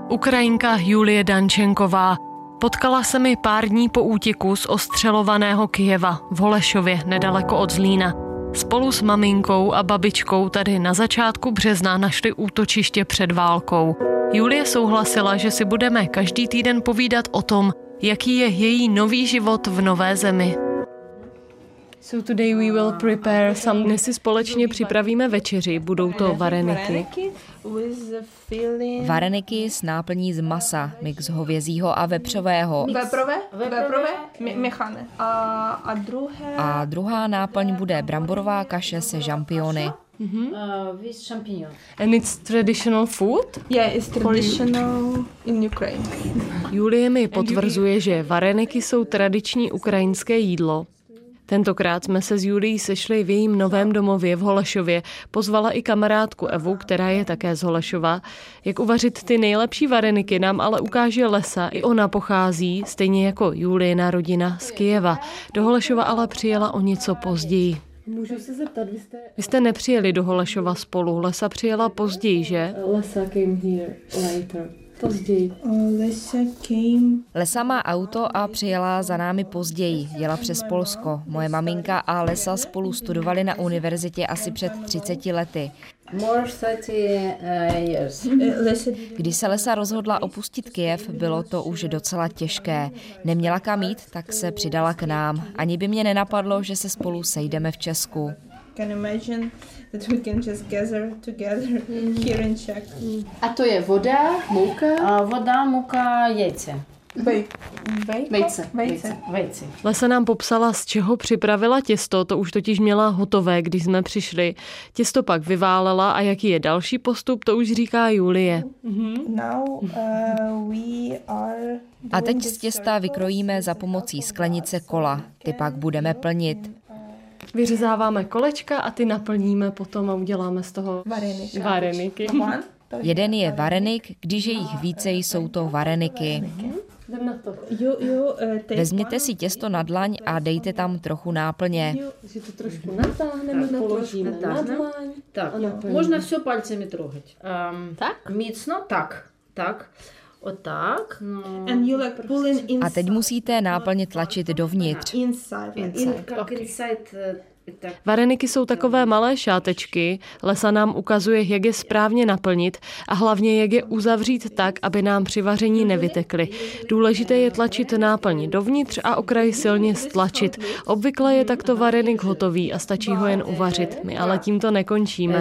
Ukrajinka Julie Dančenková. Potkala se mi pár dní po útěku z ostřelovaného Kyjeva v Holešově nedaleko od Zlína. Spolu s maminkou a babičkou tady na začátku března našli útočiště před válkou. Julie souhlasila, že si budeme každý týden povídat o tom, jaký je její nový život v nové zemi. So today we will prepare some. Dnes si společně připravíme večeři, budou to vareniky. Vareniky s náplní z masa, mix hovězího a vepřového. Veprové mechané. A druhá náplň bude bramborová kaše se žampiony. With champignon. And it's traditional food? Yeah, it's traditional in Ukraine. Julie mi potvrzuje, že vareniky jsou tradiční ukrajinské jídlo. Tentokrát jsme se s Julií sešli v jejím novém domově v Holešově. Pozvala i kamarádku Evu, která je také z Holešova. Jak uvařit ty nejlepší vareniky nám ale ukáže Lesa. I ona pochází, stejně jako Julijina rodina, z Kyjeva. Do Holešova ale přijela o něco později. Můžu se zeptat, Vy jste nepřijeli do Holešova spolu, Lesa přijela později, že? Lesa came here later. Později. Lesa má auto a přijela za námi později, jela přes Polsko. Moje maminka a Lesa spolu studovali na univerzitě asi před 30 lety. Když se Lesa rozhodla opustit Kyjev, bylo to už docela těžké. Neměla kam jít, tak se přidala k nám. Ani by mě nenapadlo, že se spolu sejdeme v Česku. A to je voda, mouka? Voda, mouka, jejce. Vejce. Lesa nám popsala, z čeho připravila těsto, to už totiž měla hotové, když jsme přišli. Těsto pak vyválela a jaký je další postup, to už říká Julie. A teď z těsta vykrojíme za pomocí sklenice kola. Ty pak budeme plnit. Vyřezáváme kolečka a ty naplníme potom a uděláme z toho vareniky. Jeden je varenik, když je jich více, jsou to vareniky. Jdem na to. Vezměte si těsto na dlaň a dejte tam trochu náplně. Že to trošku natáhneme, položíme na dlaň. Tak, možná все пальцами трогать. Tak? Міцно, так. Отак. A teď musíte náplně tlačit dovnitř. Vareniky jsou takové malé šátečky, Lesa nám ukazuje, jak je správně naplnit a hlavně jak je uzavřít tak, aby nám při vaření nevytekly. Důležité je tlačit náplň dovnitř a okraj silně stlačit. Obvykle je takto varenik hotový a stačí ho jen uvařit. My ale tímto nekončíme.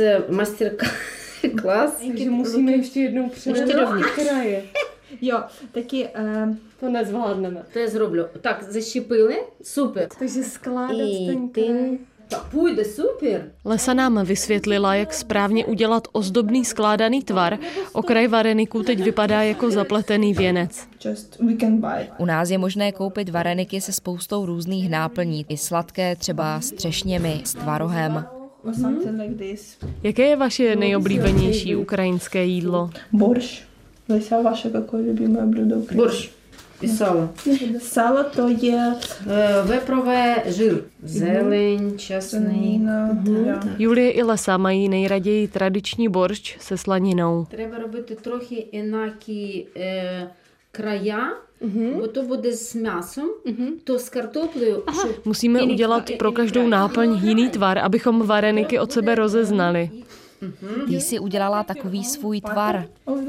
Клас. Takže musíme ještě jednou přijít dovnitř. Kraje. Jo, taky To nezvládneme. To я зроблю. Так, защепили. Супер. Takže skládat І ten ти... kraj. Так, пуйде, супер. Lesa nám vysvětlila, jak správně udělat ozdobný skládaný tvar. Okraj vareniku teď vypadá jako zapletený věnec. U nás je možné koupit vareniky se spoustou různých náplní, i sladké, třeba s třešněmi, s tvarohem. Jaké je vaše nejoblíbenější ukrajinské jídlo? Борщ. Леся, ваше какое любимое блюдо украинское? Борщ. І сало. Сало то є Вепрове жир. Зелень, часник. Julie i Lesa mají nejraději tradiční boršč se slaninou. Треба робити трохи інакі края, бо то буде з м'ясом, то з картоплею. Musíme udělat pro každou náplň jiný tvar, abychom vareniky od sebe rozeznali. Ty si udělala takový svůj tvar.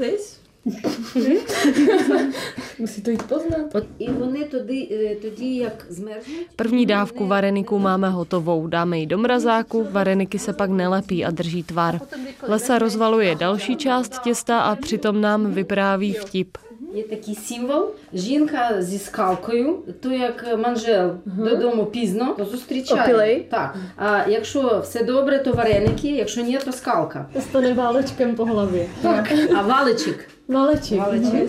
Musí to jít poznat. І вони тоді як змерзнуть. První dávku vareniků máme hotovou, dáme ji do mrazáku, vareniky se pak nelepí a drží tvar. Lesa rozvaluje další část těsta a přitom nám vypráví vtip. Є такий символ. Жінка зі скалкою, то як манжел додому пізно, то зустрічає. Опілей? Так. А якщо все добре, то вареники, якщо ні, то скалка. Dostane válečkem po hlavě. Так. А валичик? Váleček.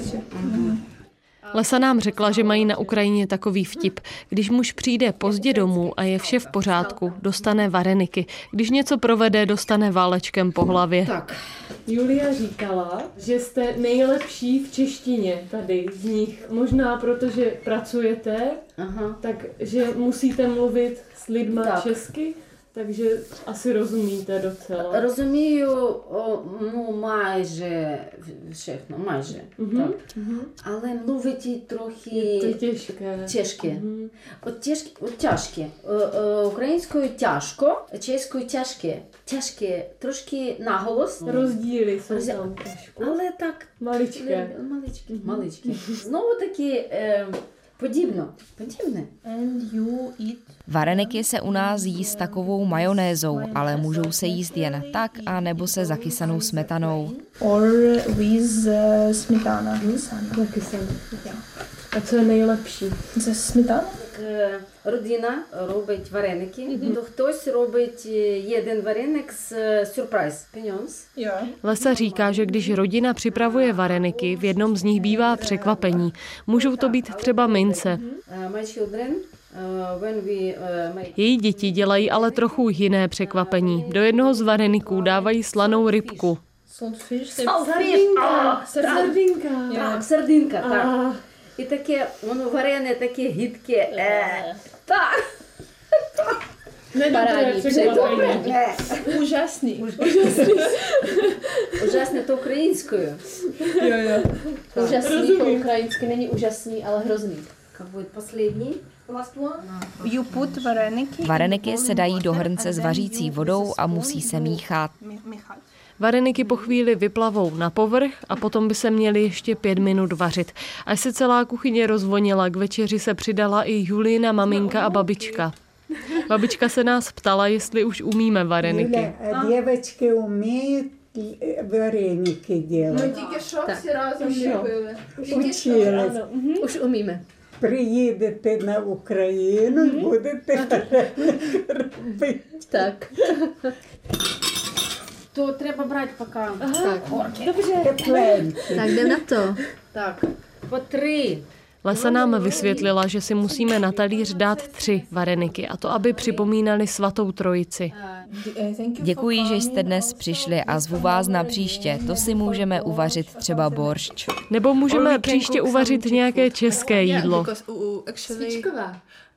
Lesa nám řekla, že mají na Ukrajině takový vtip. Když muž přijde pozdě domů a je vše v pořádku, dostane vareniky. Když něco provede, dostane válečkem po hlavě. Tak. Julia říkala, že jste nejlepší v češtině tady z nich. Možná protože pracujete, takže musíte mluvit s lidma Tak. česky. Takže asi rozumíte docela. Розумію, майже všechno, майже. Так. Але мовити трохи To je těžké. тяжке. Тяжке. Українською тяжко, чеською тяжке. Тяжке, трошки наголос. Rozdíly jsou tam trošku. Але так, Maličké. маличкі. Знову таки подібне. And you eat. Vareniky se u nás jí s takovou majonézou, ale můžou se jíst jen tak, a nebo se zakysanou smetanou. Or with smetana. Taky jsem. A co je nejlepší? Ze smetana? Родина робить вареники, то хтось робить jeden вареник з сюрприз. Пеньонс. Yeah. Lesa říká, že když rodina připravuje vareniky, v jednom z nich bývá překvapení. Můžou to být třeba mince. My children, when we make... Její děti dělají ale trochu jiné překvapení. Do jednoho z vareniků dávají slanou rybku. Saltfish. Sardinka. Так, сардинка, так. І таке, воно варене, таке гидке. Так. Nedobré překvapení. Úžasný. Ужасне то українською. Úžasný po ukrajinsky není úžasný, ale hrozný. Как будет последний? You put vareniky. Vareniky se dají do hrnce s vařící vodou a musí se míchat. Vareniky po chvíli vyplavou na povrch a potom by se měly ještě 5 minut vařit. Až se celá kuchyně rozvonila, k večeři se přidala i Julina maminka a babička. Babička se nás ptala, jestli už umíme vareniky. Девочки умеют вареники делать. Тільки що всі разом робили. Учились. Už umíme. Приїдете на Україну, будете вареники робити. Tak. То треба брати поки. Тепленькі. Tak jdem na to. Так, по 3. Lesa nám vysvětlila, že si musíme na talíř dát 3 vareniky, a to aby připomínali svatou trojici. Děkuji, že jste dnes přišli a zvu vás na příště. To si můžeme uvařit třeba boršč. Nebo můžeme příště uvařit nějaké české jídlo. Svíčková.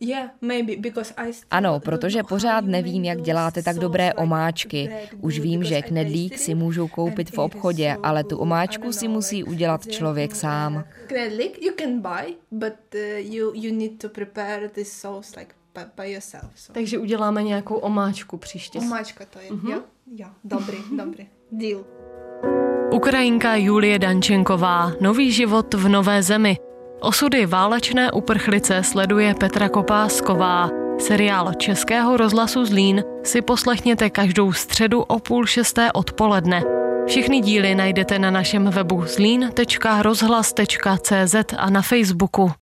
Ano, protože pořád nevím, jak děláte tak dobré omáčky. Už vím, že knedlík si můžou koupit v obchodě, ale tu omáčku si musí udělat člověk sám. Knedlik you can buy, but you need to prepare this sauce like by yourself. So. Takže uděláme nějakou omáčku příště. Omáčka to je. Jo. Dobrý. Deal. Ukrajinka Julie Dančenková. Nový život v nové zemi. Osudy válečné uprchlice sleduje Petra Kopásková. Seriál Českého rozhlasu Zlín si poslechněte každou středu o 5:30 odpoledne. Všechny díly najdete na našem webu zlín.rozhlas.cz a na Facebooku.